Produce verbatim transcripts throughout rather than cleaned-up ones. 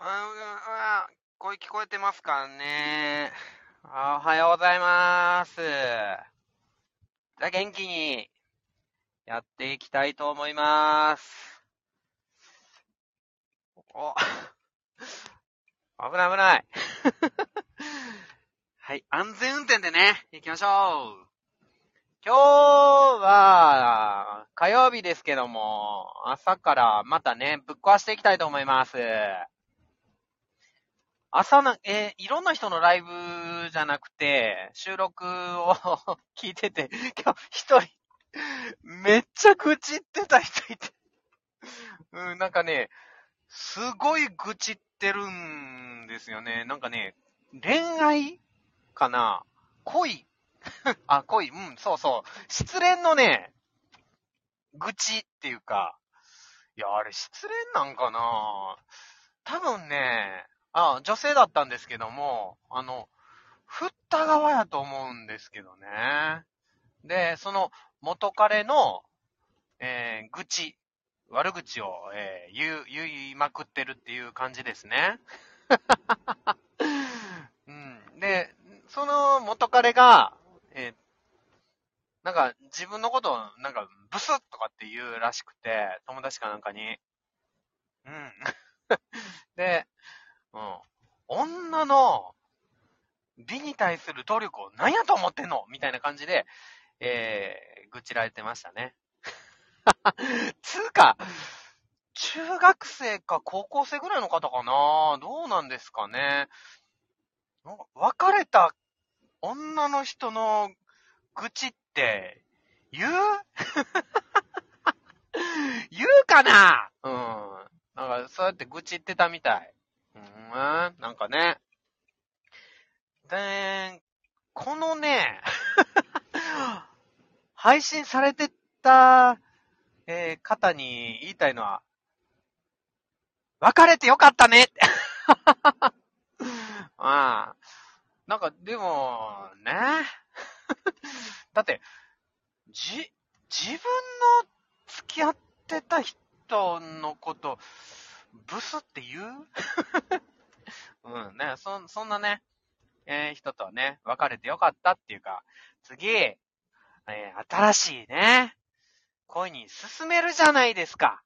あ、うわ、声聞こえてますかね。あ、おはようございます。じゃあ元気にやっていきたいと思います。お、危ない危ない。はい、安全運転でね、行きましょう。今日は、火曜日ですけども、朝からまたね、ぶっ壊していきたいと思います。朝な、えーいろんな人のライブじゃなくて、収録を聞いてて、今日一人、めっちゃ愚痴ってた人いて、うん、なんかね、すごい愚痴ってるんですよね。なんかね、恋愛かな恋あ、恋、うん、そうそう。失恋のね、愚痴っていうか、いや、あれ失恋なんかな多分ね、あ、女性だったんですけども、あの、振った側やと思うんですけどね。で、その元彼の、えー、愚痴、悪口を、えー、言う、言いまくってるっていう感じですね。うん。で、その元彼が、えーなんか自分のことをなんかブスッとかって言うらしくて、友達かなんかに。うん。で、うん。女の美に対する努力を何やと思ってんのみたいな感じで、えー、愚痴られてましたね。つうか、中学生か高校生ぐらいの方かなどうなんですかね。なんか別れた女の人の愚痴って言う言うかなうん。なんかそうやって愚痴ってたみたい。うん、なんかね。で、このね、配信されてた、えー方に言いたいのは、別れてよかったねまあ、なんかでも、ね。だって、じ、自分の付き合ってた人のこと、ブスって言ううんね、そ、そんなね、えー人とはね、別れてよかったっていうか、次、えー新しいね、恋に進めるじゃないですか。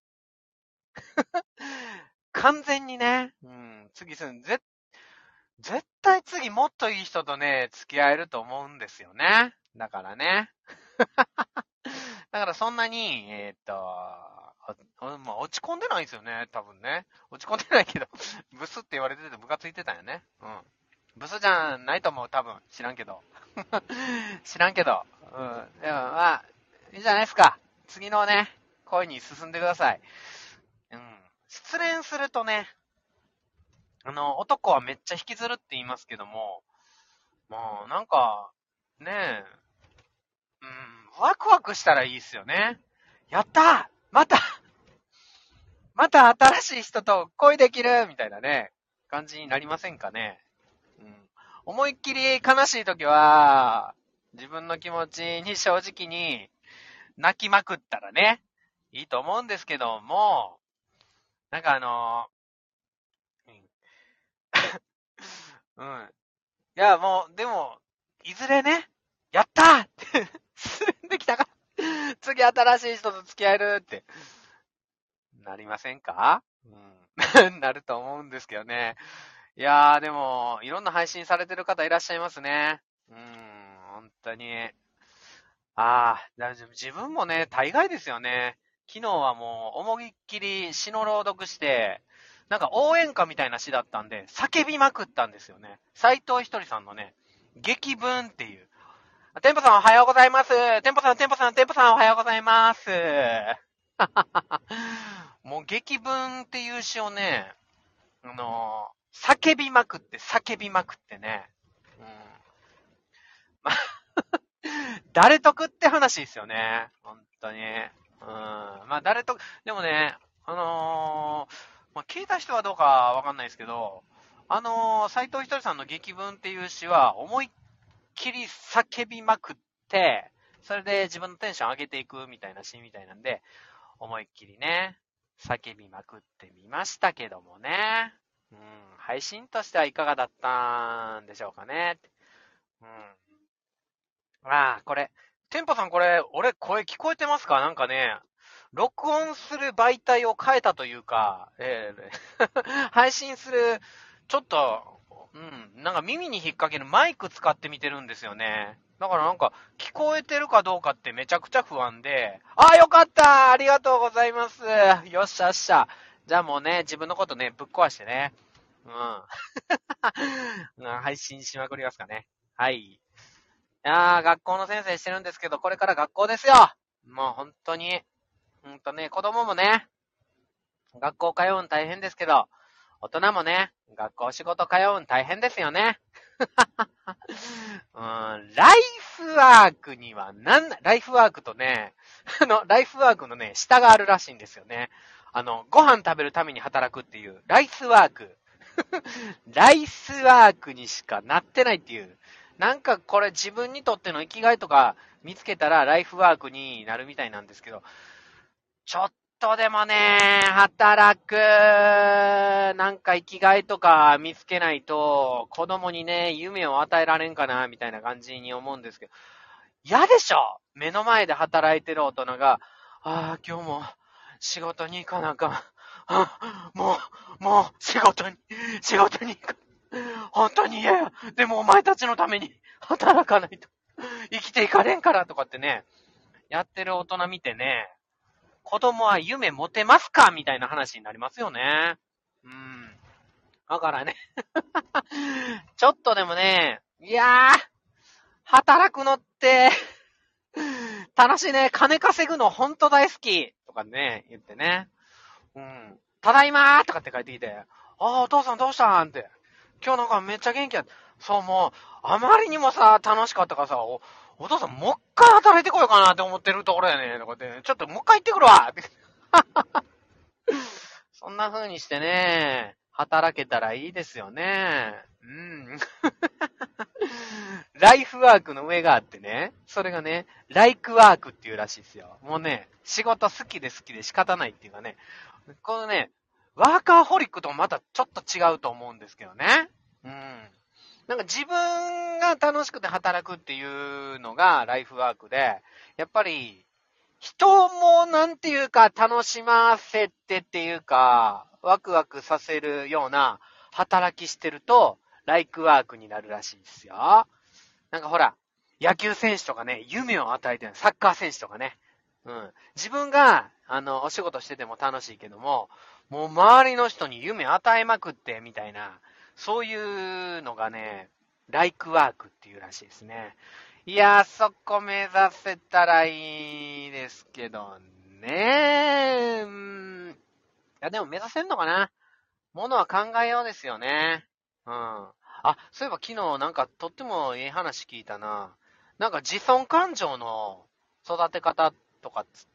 完全にね、うん、次すん、ぜ、絶対次もっといい人とね、付き合えると思うんですよね。だからね。だからそんなに、えーっと、あまあ、落ち込んでないんですよね、多分ね。落ち込んでないけど、ブスって言われててムカついてたよね。うん。ブスじゃないと思う、多分。知らんけど。知らんけど。うん。でもまあ、いいじゃないですか。次のね、恋に進んでください。うん。失恋するとね、あの、男はめっちゃ引きずるって言いますけども、まあ、なんか、ねえ、うん、ワクワクしたらいいっすよね。やったーまたまた新しい人と恋できるみたいなね、感じになりませんかね。うん。思いっきり悲しい時は、自分の気持ちに正直に泣きまくったらね、いいと思うんですけども、なんかあのうん。うん。いや、もう、でも、いずれね、やったーって進んできたから、次新しい人と付き合えるってなりませんかうん。なると思うんですけどね。いやー、でも、いろんな配信されてる方いらっしゃいますね。うん、本当に。ああ、だ自分もね、大概ですよね。昨日はもう、思いっきり詩の朗読して、なんか応援歌みたいな詩だったんで、叫びまくったんですよね。斎藤ひとりさんのね、激文っていう。テンポさんおはようございます。テンポさん、テンポさん、テンポさんおはようございます。もう激文っていう詩をね、あのー叫びまくって、叫びまくってね。うん。まあ、誰得って話ですよね。本当に。うん。まあ、誰得、でもね、あのーまあ、聞いた人はどうかわかんないですけど、あのー、斎藤ひとりさんの激文っていう詩は、思いっきり叫びまくって、それで自分のテンション上げていくみたいな詩みたいなんで、思いっきりね、叫びまくってみましたけどもね。 うん、配信としてはいかがだったんでしょうかね。うん。ああ、これ。テンポさんこれ、俺声聞こえてますか？なんかね、録音する媒体を変えたというか、えー配信する、ちょっと、うん、なんか耳に引っ掛けるマイク使ってみてるんですよね。だからなんか、聞こえてるかどうかってめちゃくちゃ不安で、ああ、よかったありがとうございますよっしゃよっしゃ。じゃあもうね、自分のことね、ぶっ壊してね。うん。うん配信しまくりますかね。はい。いやー、学校の先生してるんですけど、これから学校ですよ。もう本当に、ほんとね、子供もね、学校通うん大変ですけど、大人もね、学校仕事通うん大変ですよね。うん、ライフワークにはなんな、ライフワークとね、あの、ライフワークのね、下があるらしいんですよね。あの、ご飯食べるために働くっていう、ライスワーク。ライスワークにしかなってないっていう。なんかこれ自分にとっての生きがいとか見つけたらライフワークになるみたいなんですけど、ちょっとでもね、働く、なんか生きがいとか見つけないと、子供にね、夢を与えられんかな、みたいな感じに思うんですけど、嫌でしょ？目の前で働いてる大人が、ああ、今日も仕事に行かなあかん。あもう、もう、仕事に、仕事に行か本当に嫌や。でもお前たちのために働かないと生きていかれんからとかってね、やってる大人見てね、子供は夢持てますかみたいな話になりますよね。うん。だからね、ちょっとでもね、いやー、働くのって、楽しいね。金稼ぐのほんと大好き。とかね、言ってね。うん。ただいまーとかって帰ってきて、あー、お父さんどうしたんって。今日なんかめっちゃ元気や。そう、もう、あまりにもさ、楽しかったからさ、お、お父さんもう一回働いてこようかなって思ってるところやね。とかって、ちょっともう一回行ってくるわって。そんな風にしてね、働けたらいいですよね。うん。ライフワークの上があってね、それがね、ライクワークっていうらしいですよ。もうね、仕事好きで好きで仕方ないっていうかね、このね、ワーカーホリックともまたちょっと違うと思うんですけどね。うん。なんか自分が楽しくて働くっていうのがライフワークで、やっぱり人もなんていうか楽しませてっていうか、ワクワクさせるような働きしてると、ライクワークになるらしいですよ。なんかほら、野球選手とかね、夢を与えてる、サッカー選手とかね。うん。自分が、あの、お仕事してても楽しいけども、もう周りの人に夢与えまくって、みたいな、そういうのがね、ライクワークっていうらしいですね。いやー、そこ目指せたらいいですけどね。うん。いや、でも目指せんのかな？ものは考えようですよね。うん。あ、そういえば昨日なんかとってもいい話聞いたな。なんか自尊感情の育て方とかっつって、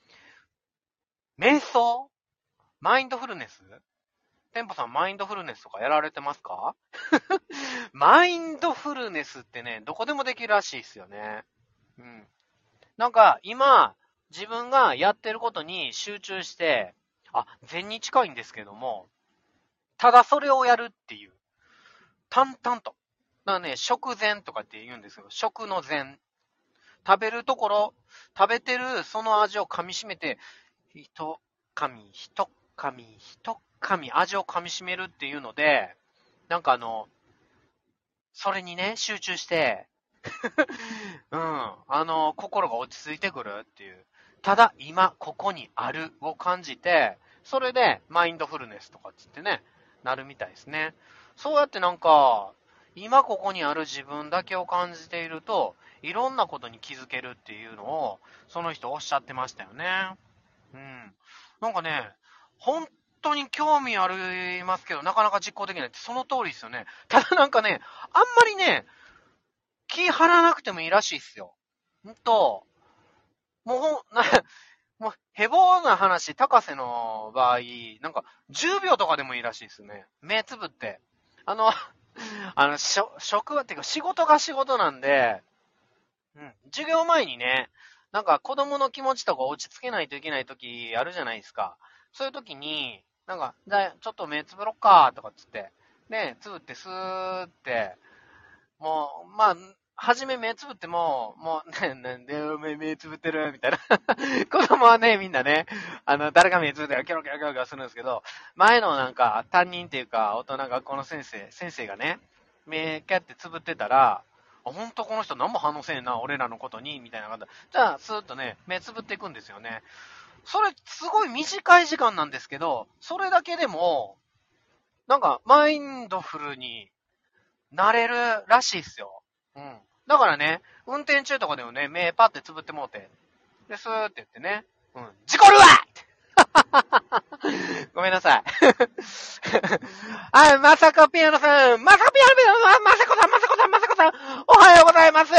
瞑想マインドフルネステンポさんマインドフルネスとかやられてますか？マインドフルネスってね、どこでもできるらしいですよね。うん。なんか今、自分がやってることに集中して、あ、禅に近いんですけども、ただそれをやるっていう。淡々と。だからね、食前とかって言うんですけど、食の前。食べるところ、食べてるその味を噛み締めて、一噛み、一噛み、一噛み、味を噛み締めるっていうので、なんかあの、それにね、集中して、うん、あの、心が落ち着いてくるっていう。ただ、今、ここにあるを感じて、それで、マインドフルネスとかっつってね、なるみたいですね。そうやってなんか、今ここにある自分だけを感じていると、いろんなことに気づけるっていうのを、その人おっしゃってましたよね。うん。なんかね、本当に興味ありますけど、なかなか実行できないって、その通りですよね。ただなんかね、あんまりね、気張らなくてもいいらしいっすよ。んと、もうほん、な、もう、ヘボな話、高瀬の場合、なんか、じゅうびょうとかでもいいらしいですね。目つぶって。あの、あの、しょ、職場っていうか仕事が仕事なんで、うん、授業前にね、なんか子供の気持ちとか落ち着けないといけない時あるじゃないですか。そういう時に、 なんか、じゃあ、ちょっと目つぶろっか、とかっつって。で、つぶってスーって、もう、まあ、はじめ目つぶっても、もう、ね、なんでお前目つぶってるみたいな。子供はね、みんなね、あの、誰が目つぶってるかキョロキョロキョロキョロするんですけど、前のなんか、担任っていうか、大人学校の先生、先生がね、目キャってつぶってたら、あ、ほんとこの人何も反応せえんな、俺らのことに、みたいな感じで。じゃあ、スーッとね、目つぶっていくんですよね。それ、すごい短い時間なんですけど、それだけでも、なんか、マインドフルになれるらしいっすよ。うん。だからね、運転中とかでもね、目パッてつぶってもうて、で、スーって言ってね、うん、事故るわごめんなさい。はい、まさこピアノさん、まさこピアノピアノさん、まさこさん、まさこさん、まさこさん、おはようございます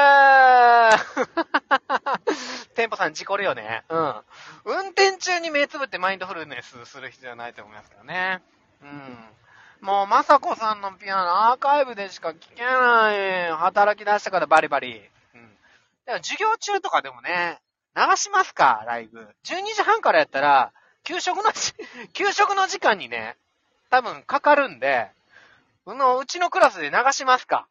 テンポさん事故るよね。うん。運転中に目つぶってマインドフルネスする必要はないと思いますからね。うん。もう、まさこさんのピアノアーカイブでしか聴けない。働き出したからバリバリ。うん。でも授業中とかでもね、流しますか、ライブ。じゅうにじはんからやったら、給食のじ、給食の時間にね、多分かかるんで、うの、うちのクラスで流しますか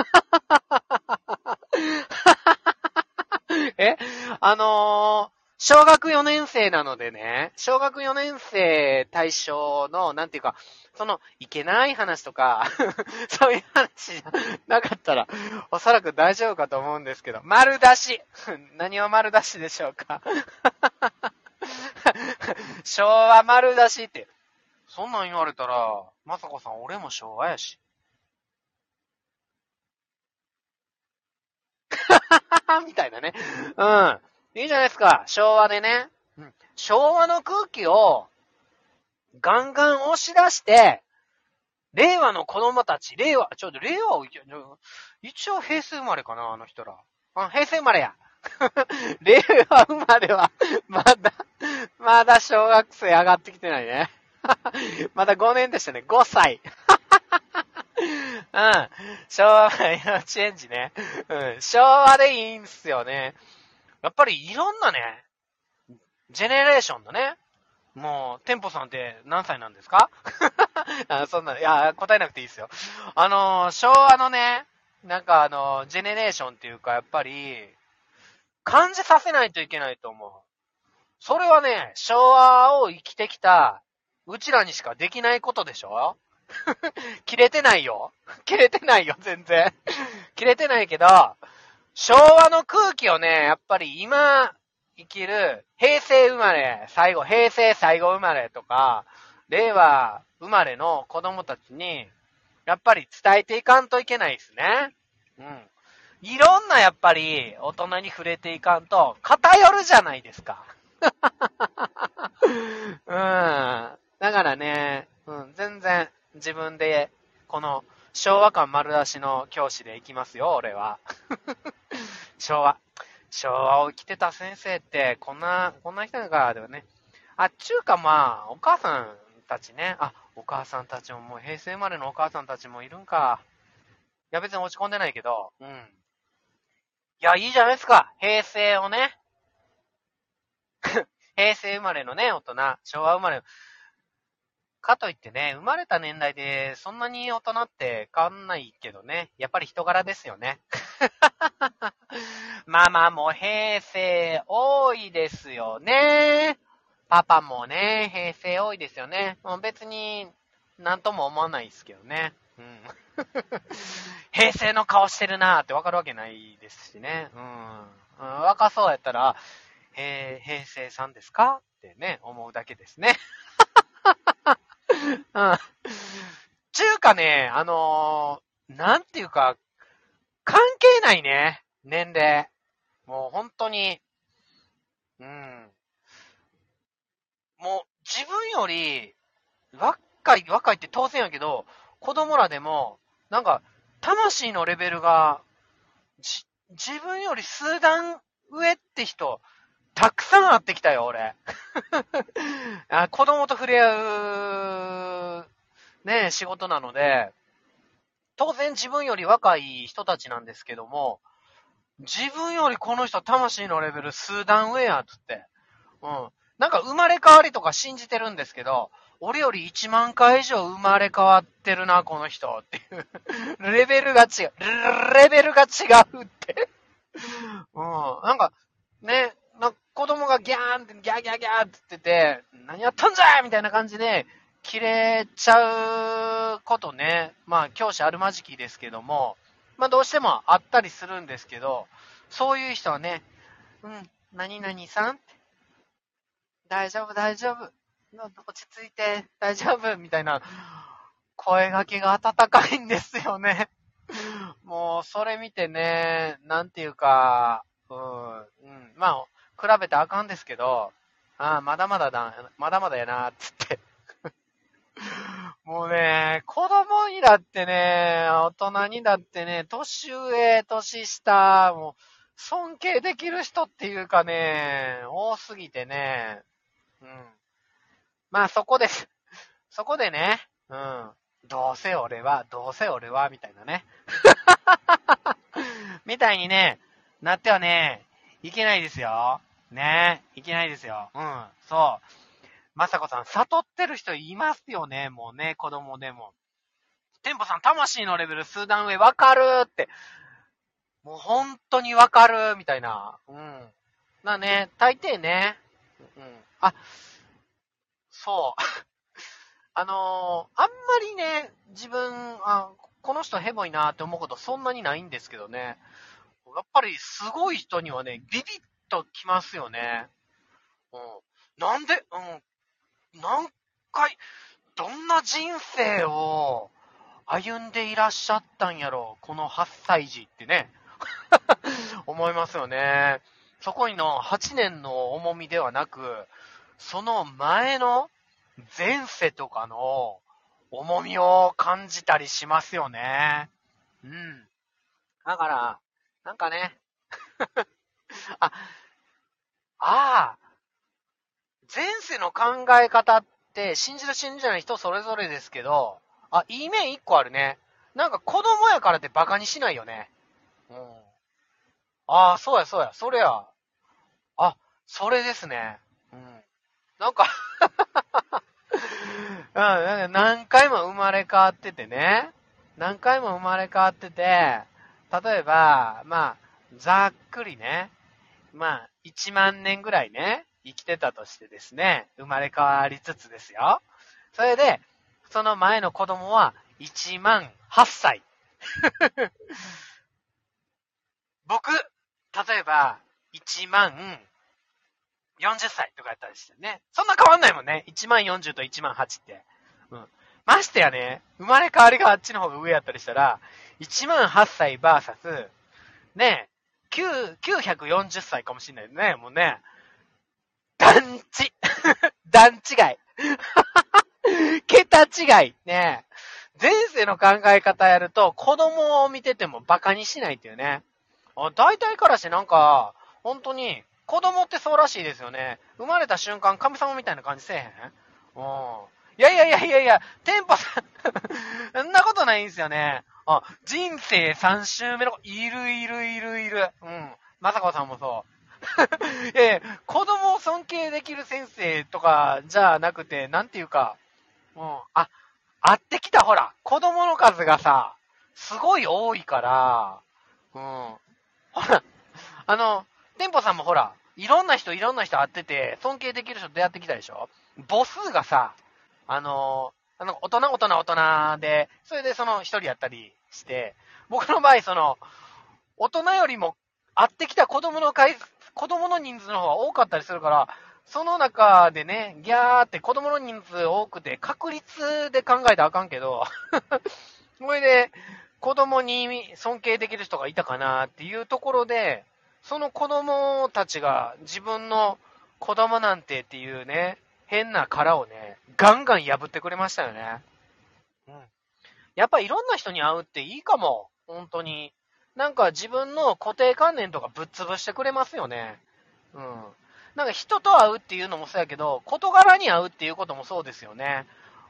えあのー、小学よねん生なのでね、小学よねん生対象の、なんていうか、その、いけない話とか、そういう話じゃなかったら、おそらく大丈夫かと思うんですけど、丸出し何を丸出しでしょうか昭和丸出しって。そんなん言われたら、まさこさん俺も昭和やし。みたいなね。うん。いいじゃないですか。昭和でね。うん、昭和の空気をガンガン押し出して、令和の子供たち、令和、ちょっと令和を、一応平成生まれかな、あの人ら。あ、平成生まれや。令和生まれは、まだ、まだ小学生上がってきてないね。まだごねんでしたね、ごさい。うん。昭和は幼稚園児ね。うん。昭和でいいんすよね。やっぱりいろんなね、ジェネレーションのね、もう、テンポさんって何歳なんですかあそんな、いや、答えなくていいですよ。あのー、昭和のね、なんかあのー、ジェネレーションっていうか、やっぱり、感じさせないといけないと思う。それはね、昭和を生きてきた、うちらにしかできないことでしょ切れてないよ。切れてないよ、全然。切れてないけど、昭和の空気をね、やっぱり今生きる平成生まれ、最後、平成最後生まれとか、令和生まれの子供たちに、やっぱり伝えていかんといけないですね。うん。いろんなやっぱり大人に触れていかんと偏るじゃないですか。うん。だからね、うん、全然自分でこの昭和感丸出しの教師で行きますよ、俺は。昭和。昭和を生きてた先生って、こんな、こんな人なんか、ではね。あ、ちゅうかまあ、お母さんたちね。あ、お母さんたちももう平成生まれのお母さんたちもいるんか。いや別に落ち込んでないけど、うん。いや、いいじゃないですか。平成をね。平成生まれのね、大人。昭和生まれの。かといってね、生まれた年代でそんなに大人って変わんないけどね。やっぱり人柄ですよね。まあまあ、もう平成多いですよね。パパもね、平成多いですよね。もう別になんとも思わないですけどね。うん。平成の顔してるなーってわかるわけないですしね。うん。うん、若そうやったら、へ平成さんですかってね、思うだけですね。うん。ちゅうかね、あのー、なんていうか、関係ないね。年齢。もう本当に、うん。もう自分より若い、若いって当然やけど、子供らでも、なんか、魂のレベルが、じ、自分より数段上って人、たくさん会ってきたよ、俺。あ、子供と触れ合う、ね、仕事なので、当然自分より若い人たちなんですけども、自分よりこの人魂のレベル数段上や、つって。うん。 なんか生まれ変わりとか信じてるんですけど、俺よりいちまんかい以上生まれ変わってるな、この人っていう。レベルが違う。レベルが違うって。うん。なんか、ね、なんか子供がギャーンって、ギャーギャーギャーって言ってて、何やったんじゃいみたいな感じで、切れちゃうことね。まあ、教師あるまじきですけども、まあ、どうしてもあったりするんですけど、そういう人はね、うん、何々さん大丈夫、大丈夫。落ち着いて、大丈夫みたいな声掛けが温かいんですよね。もう、それ見てね、なんていうか、うん、うん、まあ、比べてあかんですけど、ああ、まだまだだ、まだまだやな、つって。もうね、子供にだってね、大人にだってね、年上、年下、もう、尊敬できる人っていうかね、多すぎてね、うん。まあそこです。そこでね、うん。どうせ俺は、どうせ俺は、みたいなね。みたいにね、なってはね、いけないですよ。ねいけないですよ。うん、そう。まさこさん、悟ってる人いますよね、もうね、子供でも。テンポさん、魂のレベル数段上わかるって。もう本当にわかるみたいな。うん。なね、大抵ね。うん。あ、そう。あのー、あんまりね、自分、あ、この人ヘボいなって思うことそんなにないんですけどね。やっぱりすごい人にはね、ビビッときますよね。うん。なんで、うん。何回、どんな人生を歩んでいらっしゃったんやろう、このはっさい児ってね。思いますよね。そこにのはちねんの重みではなく、その前の前世とかの重みを感じたりしますよね。うん。だから、なんかね、あ、ああ、前世の考え方って信じる信じない人それぞれですけど、あ、いい面一個あるね。なんか子供やからってバカにしないよね。うん。ああ、そうやそうや、それや。あ、それですね。うん。なんかうん、何回も生まれ変わっててね。何回も生まれ変わってて、例えば、まあ、ざっくりね、まあ、いちまんねんぐらいね、生きてたとしてですね、生まれ変わりつつですよ。それで、その前の子供はいちまんはっさい。僕、例えば、いちまんよんじゅっさいとかやったりしてね。そんな変わんないもんね。いちまんよんじゅうといちまんはちって。うん。ましてやね、生まれ変わりがあっちの方が上やったりしたら、いちまんはっさいバーサス、ね、きゅう、きゅうひゃくよんじゅっさいかもしんないね。もうね、段違段違い。桁違い。ね。前世の考え方やると、子供を見ててもバカにしないっていうね。大体からしてなんか、本当に、子供ってそうらしいですよね。生まれた瞬間、神様みたいな感じせえへんうん。いやいやいやいやいや、テンポさん、そんなことないんですよね。あ、人生さん週目の、いるいるいるいる。うん。まさこさんもそう。ええ、子供を尊敬できる先生とかじゃなくて、なんていうか、うん。あ、会ってきたほら、子供の数がさ、すごい多いから、うん。ほら、あの、店舗さんもほら、いろんな人いろんな人会ってて、尊敬できる人出会ってきたでしょ母数がさ、あの、あの、大人大人大人で、それでその一人やったりして、僕の場合その、大人よりも会ってきた子供の回、子供の人数の方が多かったりするから、その中でね、ギャーって子供の人数多くて、確率で考えたらあかんけど、それで、子供に尊敬できる人がいたかなっていうところで、その子供たちが自分の子供なんてっていうね、変な殻をね、ガンガン破ってくれましたよね。うん。やっぱいろんな人に会うっていいかも。本当に。なんか自分の固定観念とかぶっ潰してくれますよね。うん。なんか人と会うっていうのもそうやけど、事柄に会うっていうこともそうですよね。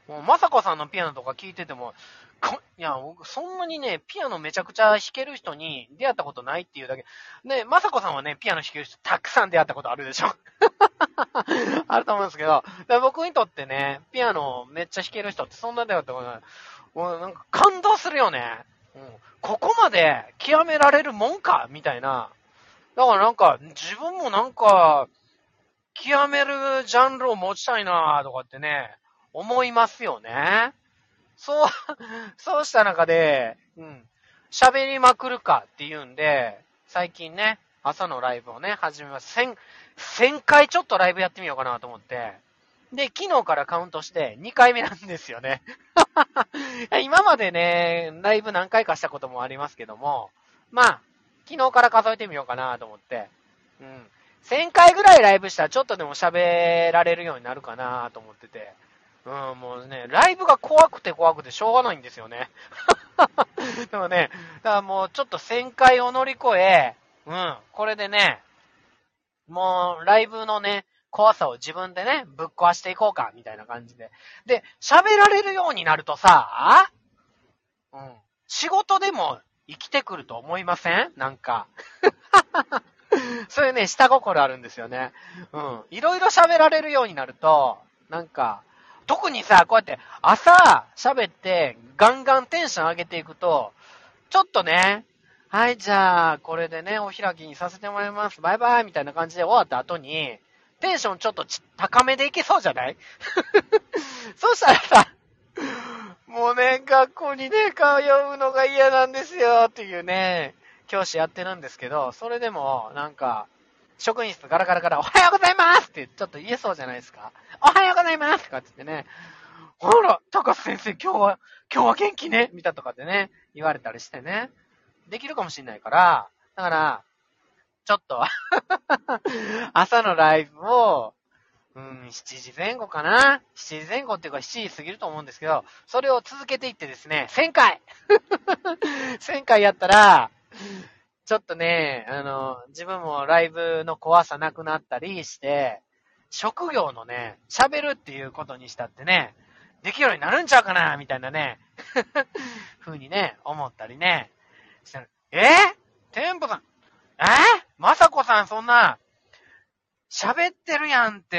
もう、まさこさんのピアノとか聞いてても、こいや、僕、そんなにね、ピアノめちゃくちゃ弾ける人に出会ったことないっていうだけ。ね、まさこさんはね、ピアノ弾ける人たくさん出会ったことあるでしょあると思うんですけど、僕にとってね、ピアノめっちゃ弾ける人ってそんな出会ったことない。もうなんか感動するよね。うん、ここまで極められるもんかみたいな。だからなんか、自分もなんか、極めるジャンルを持ちたいなとかってね、思いますよね。そう、そうした中で、うん、喋りまくるかっていうんで、最近ね、朝のライブをね、始めます。千、千回ちょっとライブやってみようかなと思って。で、昨日からカウントしてにかいめなんですよね。今までね、ライブ何回かしたこともありますけども、まあ、昨日から数えてみようかなと思って、うん。せんかいぐらいライブしたらちょっとでも喋られるようになるかなと思ってて、うん、もうね、ライブが怖くて怖くてしょうがないんですよね。でもね、だからもうちょっとせんかいを乗り越え、うん、これでね、もうライブのね、怖さを自分でね、ぶっ壊していこうか、みたいな感じで。で、喋られるようになるとさ、うん、仕事でも生きてくると思いません？なんか。そういうね、下心あるんですよね。うん。いろいろ喋られるようになると、なんか、特にさ、こうやって朝喋ってガンガンテンション上げていくと、ちょっとね、はい、じゃあ、これでね、お開きにさせてもらいます。バイバイみたいな感じで終わった後に、テンションちょっと高めでいけそうじゃないそうしたらさ、もうね、学校にね、通うのが嫌なんですよっていうね、教師やってるんですけど、それでも、なんか、職員室ガラガラガラ、おはようございますってちょっと言えそうじゃないですか。おはようございますとかって言ってね、ほら、高須先生今日は、今日は元気ねみたいなとかってね、言われたりしてね、できるかもしれないから、だから、ちょっと朝のライブを、うん、しちじぜん後かな ?しちじぜん後っていうかしちじ過ぎると思うんですけど、それを続けていってですね、せんかい !せんかいやったら、ちょっとね、あの、自分もライブの怖さなくなったりして、職業のね、喋るっていうことにしたってね、できるようになるんちゃうかなみたいなね、ふうにね、思ったりね。えテンポさん、えまさこさんそんな、喋ってるやんって、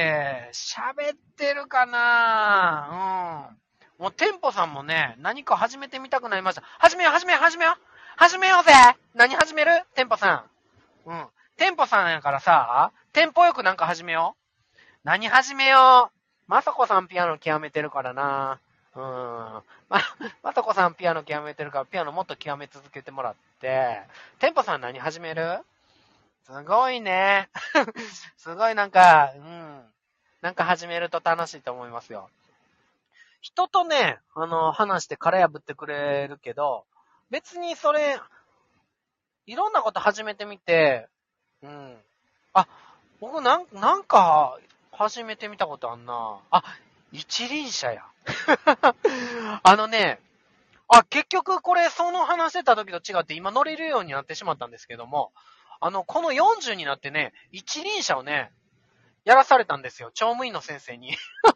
喋ってるかなうん。もうテンポさんもね、何か始めてみたくなりました。始めよう、始めよう、始めよう始めようぜ何始めるテンポさん。うん。テンポさんやからさ、テンポよくなんか始めよう。何始めよう。まさこさんピアノ極めてるからな。うん。ま、まさこさんピアノ極めてるから、ピアノもっと極め続けてもらって、テンポさん何始める？すごいね。すごいなんか、うん。なんか始めると楽しいと思いますよ。人とね、あの、話して殻破ってくれるけど、別にそれ、いろんなこと始めてみて、うん。あ、僕なん、なんか、始めてみたことあんな。あ、一輪車や。あのね、あ、結局これ、その話してた時と違って今乗れるようになってしまったんですけども、あの、このよんじゅうになってね、一輪車をね、やらされたんですよ。乗務員の先生に。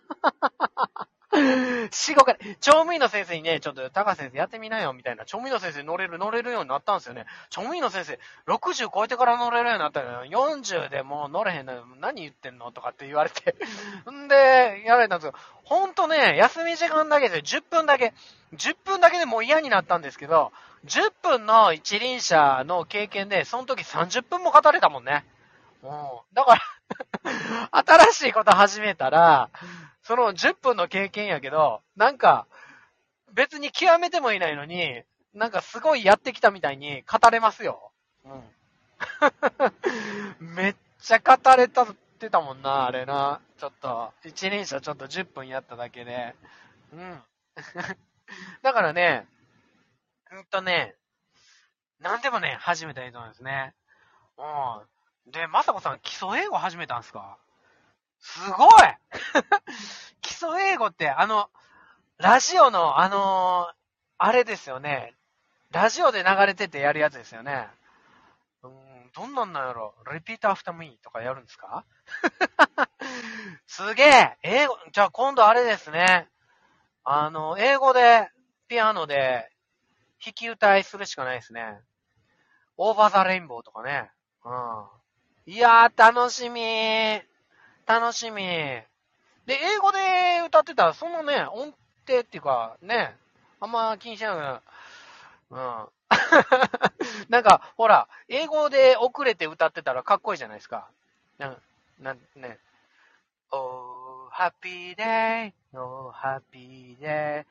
しごかい。乗務員の先生にね、ちょっと、高先生やってみなよ、みたいな。乗務員の先生乗れる、乗れるようになったんですよね。乗務員の先生、ろくじゅう超えてから乗れるようになったよ。よんじゅうでもう乗れへんの。何言ってんのとかって言われて。んで、やられたんですよ。ほんとね、休み時間だけでじゅっぷんだけ。じゅっぷんだけでもう嫌になったんですけど、じゅっぷんの一輪車の経験で、その時さんじゅっぷんも語れたもんね。うん。だから新しいこと始めたら、そのじゅっぷんの経験やけど、なんか、別に極めてもいないのに、なんかすごいやってきたみたいに語れますよ。うん。めっちゃ語れたってたもんな、あれな。ちょっと、一輪車ちょっとじゅっぷんやっただけで。うん。だからね、うんとね、なんでもね、始めたらいいと思うんですね。うん。で、まさこさん、基礎英語始めたんすか？すごい基礎英語って、あの、ラジオの、あのー、あれですよね。ラジオで流れててやるやつですよね。うーん、どんなんなんやろ ?repeat after me とかやるんですか？すげえ英語、じゃあ今度あれですね。 あの、英語で、ピアノで、弾き歌いするしかないですね。オーバーザレインボーとかね。うん。いやー、楽しみー。楽しみー。で、英語で歌ってたら、そのね、音程っていうか、ね、あんま気にしなくなる。うん。なんか、ほら、英語で遅れて歌ってたらかっこいいじゃないですか。な、な、ね。Oh, happy day, oh, happy day,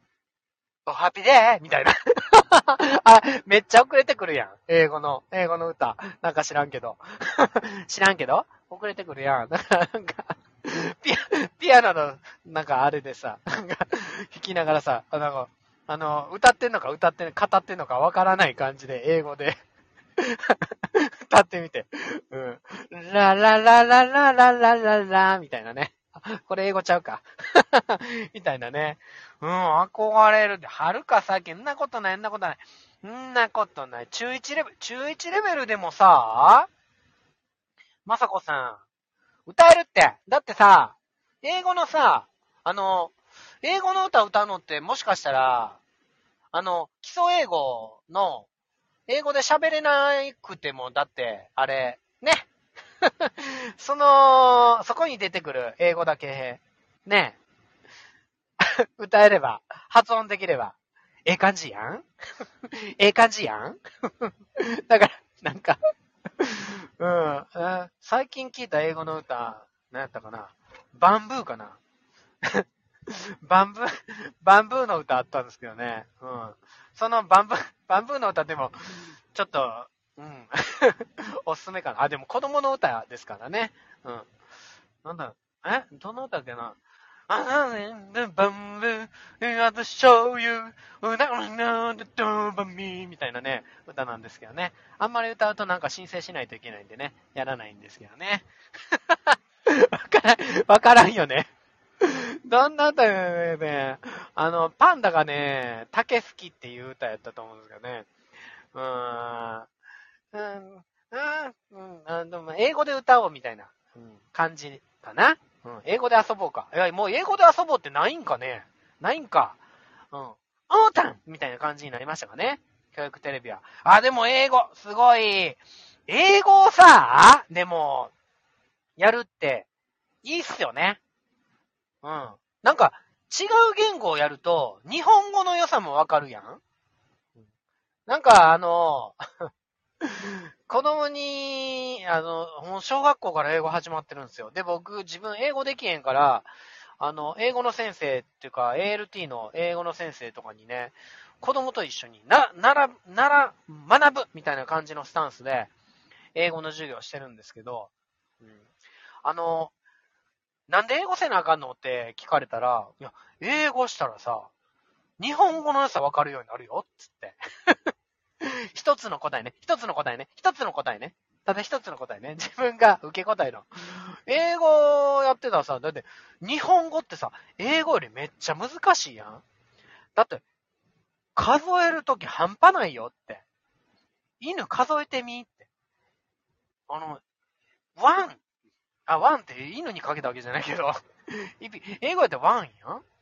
oh, happy day! みたいな。あ、めっちゃ遅れてくるやん。英語の、英語の歌。なんか知らんけど。知らんけど遅れてくるやん。だからなんか、ピア、ピアノの、なんかあれでさ、なんか、弾きながらさ、あの、あの、歌ってんのか歌ってん、語ってんのかわからない感じで、英語で歌ってみて。うん。ラララララララララみたいなね。これ英語ちゃうか。みたいなね。うん、憧れるって。はるか最近、んなことない、んなことない。んなことない。中いちレベル、中いちレベルでもさ、まさこさん、歌えるって。だってさ、英語のさ、あの、英語の歌歌うのってもしかしたら、あの、基礎英語の、英語で喋れなくても、だって、あれ、ね。その、そこに出てくる英語だけ、ね。歌えれば、発音できれば、ええ感じやんええ感じやんだから、なんか、うん、最近聞いた英語の歌、何やったかなバンブーかなバンブー、バンブーの歌あったんですけどね。うん。そのバンブー、バンブーの歌でも、ちょっと、うん。おすすめかな。あ、でも子供の歌ですからね。うん。なんだ、えどの歌だっけなあなね、バンブー、I will show you, うなうなでどばみみたいなね、歌なんですけどね。あんまり歌うとなんか申請しないといけないんでね、やらないんですけどね。わからん、わからんよね。どんな歌やね、あの、パンダがね、竹好きっていう歌やったと思うんですけどね。うーん。うん、うん、うん、あでも英語で歌おうみたいな、うん、感じかな。うん、英語で遊ぼうか。いや、もう英語で遊ぼうってないんかね。ないんか。うん。オータンみたいな感じになりましたかね。教育テレビは。あ、でも英語、すごい。英語をさ、でも、やるって、いいっすよね。うん。なんか、違う言語をやると、日本語の良さもわかるやん。なんか、あの、子供に、あの、もう小学校から英語始まってるんですよ。で、僕、自分英語できへんから、あの、英語の先生っていうか、エーエルティー の英語の先生とかにね、子供と一緒にな、なら、なら、学ぶみたいな感じのスタンスで、英語の授業をしてるんですけど、うん、あの、なんで英語せなあかんのって聞かれたら、いや、英語したらさ、日本語の良さわかるようになるよ、つって。一つの答えね。一つの答えね。一つの答えね。ただ一つの答えね。自分が受け答えの。英語やってたらさ、だって、日本語ってさ、英語よりめっちゃ難しいやん。だって、数えるとき半端ないよって。犬数えてみって。あの、ワン。あ、ワンって犬にかけたわけじゃないけど。英語やったらワンやん。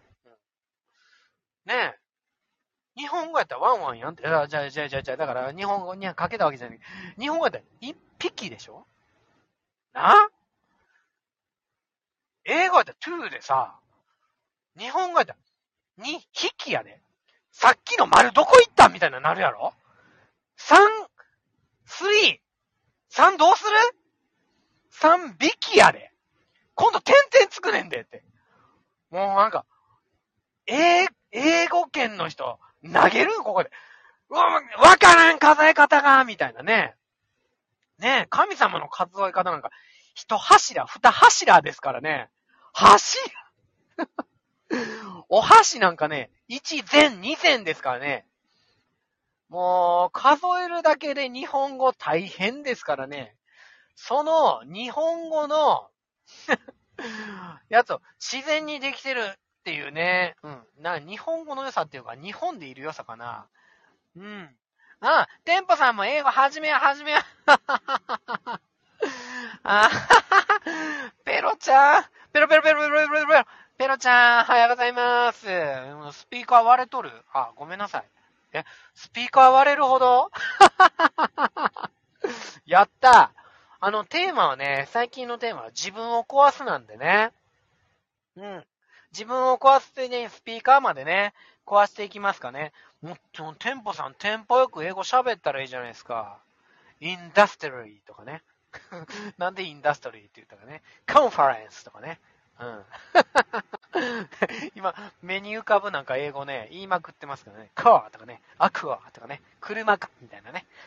ねえ。日本語やったらワンワンやんって。じゃあ、じゃあ、じゃあ、じゃあ、だから日本語にかけたわけじゃない。日本語やったら一匹でしょな英語やったらトゥーでさ、日本語やったらに匹やで。さっきの丸どこ行ったみたいななるやろ ?さん、スリー、さんどうする ?さん 匹やで。今度点々つくねんでって。もうなんか、英、英語圏の人、投げるここで。うわ、わからん数え方が、みたいなね。ねえ、神様の数え方なんか、一柱、二柱ですからね。柱お箸なんかね、一膳、二膳ですからね。もう、数えるだけで日本語大変ですからね。その日本語のやつを自然にできてるっていうね。うん。な、日本語の良さっていうか、日本でいる良さかな。うん。あ、テンポさんも英語始めや、始めや。あペロちゃん。ペロペロペロペロペロペロ。 ペロちゃん、おはようございます。スピーカー割れとる？あ、ごめんなさい。え、スピーカー割れるほどやったあの、テーマはね、最近のテーマは自分を壊すなんでね。うん。自分を壊すってね、スピーカーまでね、壊していきますかね。もっと、テンポさん、テンポよく英語喋ったらいいじゃないですか。インダストリーとかね。なんでインダストリーって言ったかね。カンファレンスとかね。うん。今、目に浮かぶなんか英語ね、言いまくってますからね。カーとかね、アクアとかね、車か、みたいなね。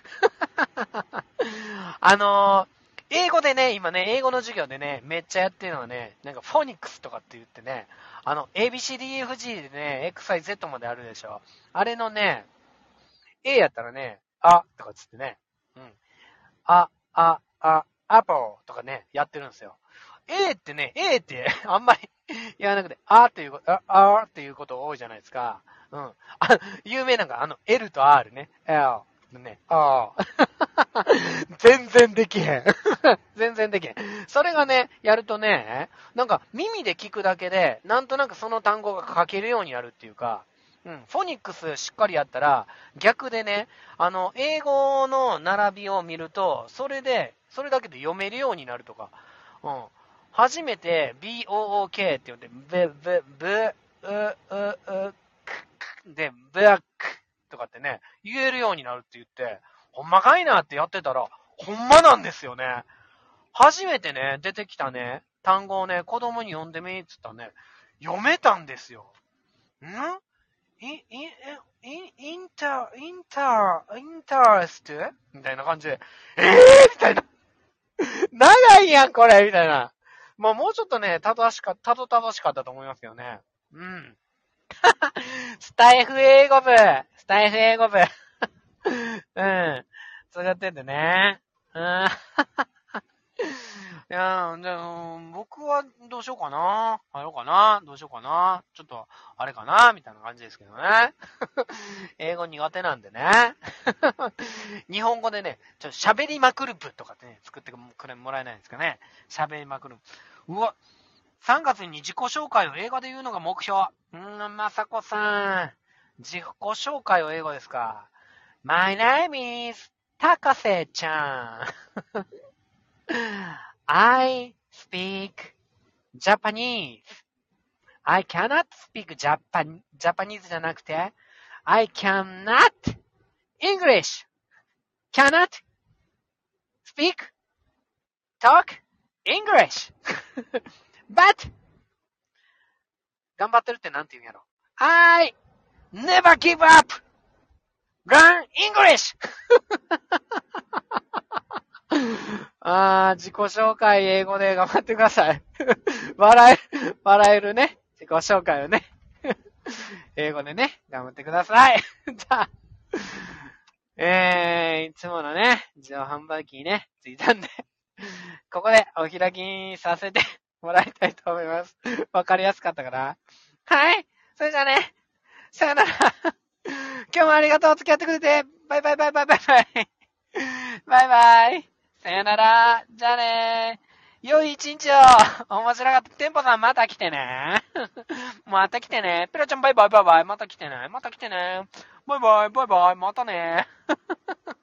あのー、英語でね、今ね、英語の授業でね、めっちゃやってるのはね、なんかフォニックスとかって言ってね、あの、エービーシーディーイーエフジー でね、エックスワイゼット まであるでしょ。あれのね、A やったらね、あ、とかつってね、うん。あ、あ、あ、アポとかね、やってるんですよ。A ってね、A ってあんまり言わなくて、あっていうこと、あ、あっていうこと多いじゃないですか。うん。あ、有名なのが、あの、L と R ね。L のね、あ全然できへん。全然できへん。それがね、やるとね、なんか耳で聞くだけで、なんとなくその単語が書けるようになるっていうか、うん、フォニックスしっかりやったら、逆でね、あの、英語の並びを見ると、それで、それだけで読めるようになるとか、うん。初めて ビーオーオーケー って言って、ブ、ブ、ブ、う、う、う、く、くで、ブラックとかってね、言えるようになるって言って、ほんまかいなってやってたら、ほんまなんですよね。初めてね、出てきたね、単語をね、子供に読んでみーっつったらね、読めたんですよ。んイン、イン、イン、インター、インター、インターストみたいな感じで、えぇーみたいな。長いやん、これみたいな。まあ、もうちょっとね、たどたしか、たどたどしかったと思いますけどね。うん。スタイフ英語部スタイフ英語部うん。そうやってんでね。うん。いやー、じゃあ、僕はどうしようかな。入ろうかな。どうしようかな。ちょっと、あれかなみたいな感じですけどね。英語苦手なんでね。日本語でね、ちょっと喋りまくる部とかってね、作ってくれもらえないんですかね。喋りまくる。うわ、さんがつに自己紹介を英語で言うのが目標。うーん、まさこさん。自己紹介を英語ですか。My name is 高瀬ちゃん。I speak Japanese. I cannot speak Japan, Japanese じゃなくて、I cannot English. Cannot speak, talk English. But, 頑張ってるってなんて言うんやろ。I never give up. Learn English. あー、自己紹介英語で頑張ってください。笑え、笑えるね。自己紹介をね。英語でね、頑張ってください。じゃあ、えー、いつものね、自動販売機にね、ついたんで、ここでお開きにさせてもらいたいと思います。わかりやすかったかな？はい。それじゃあね、さよなら。今日もありがとう。付き合ってくれて。バイバイバイバイバイバイ。バイバイ。さよなら。じゃあねー。良い一日を。面白かった。テンポさんまた来てね。また来てね。ペロちゃんバイバイバイバイ。また来てね。また来てね。バイバイバイバイ。またね。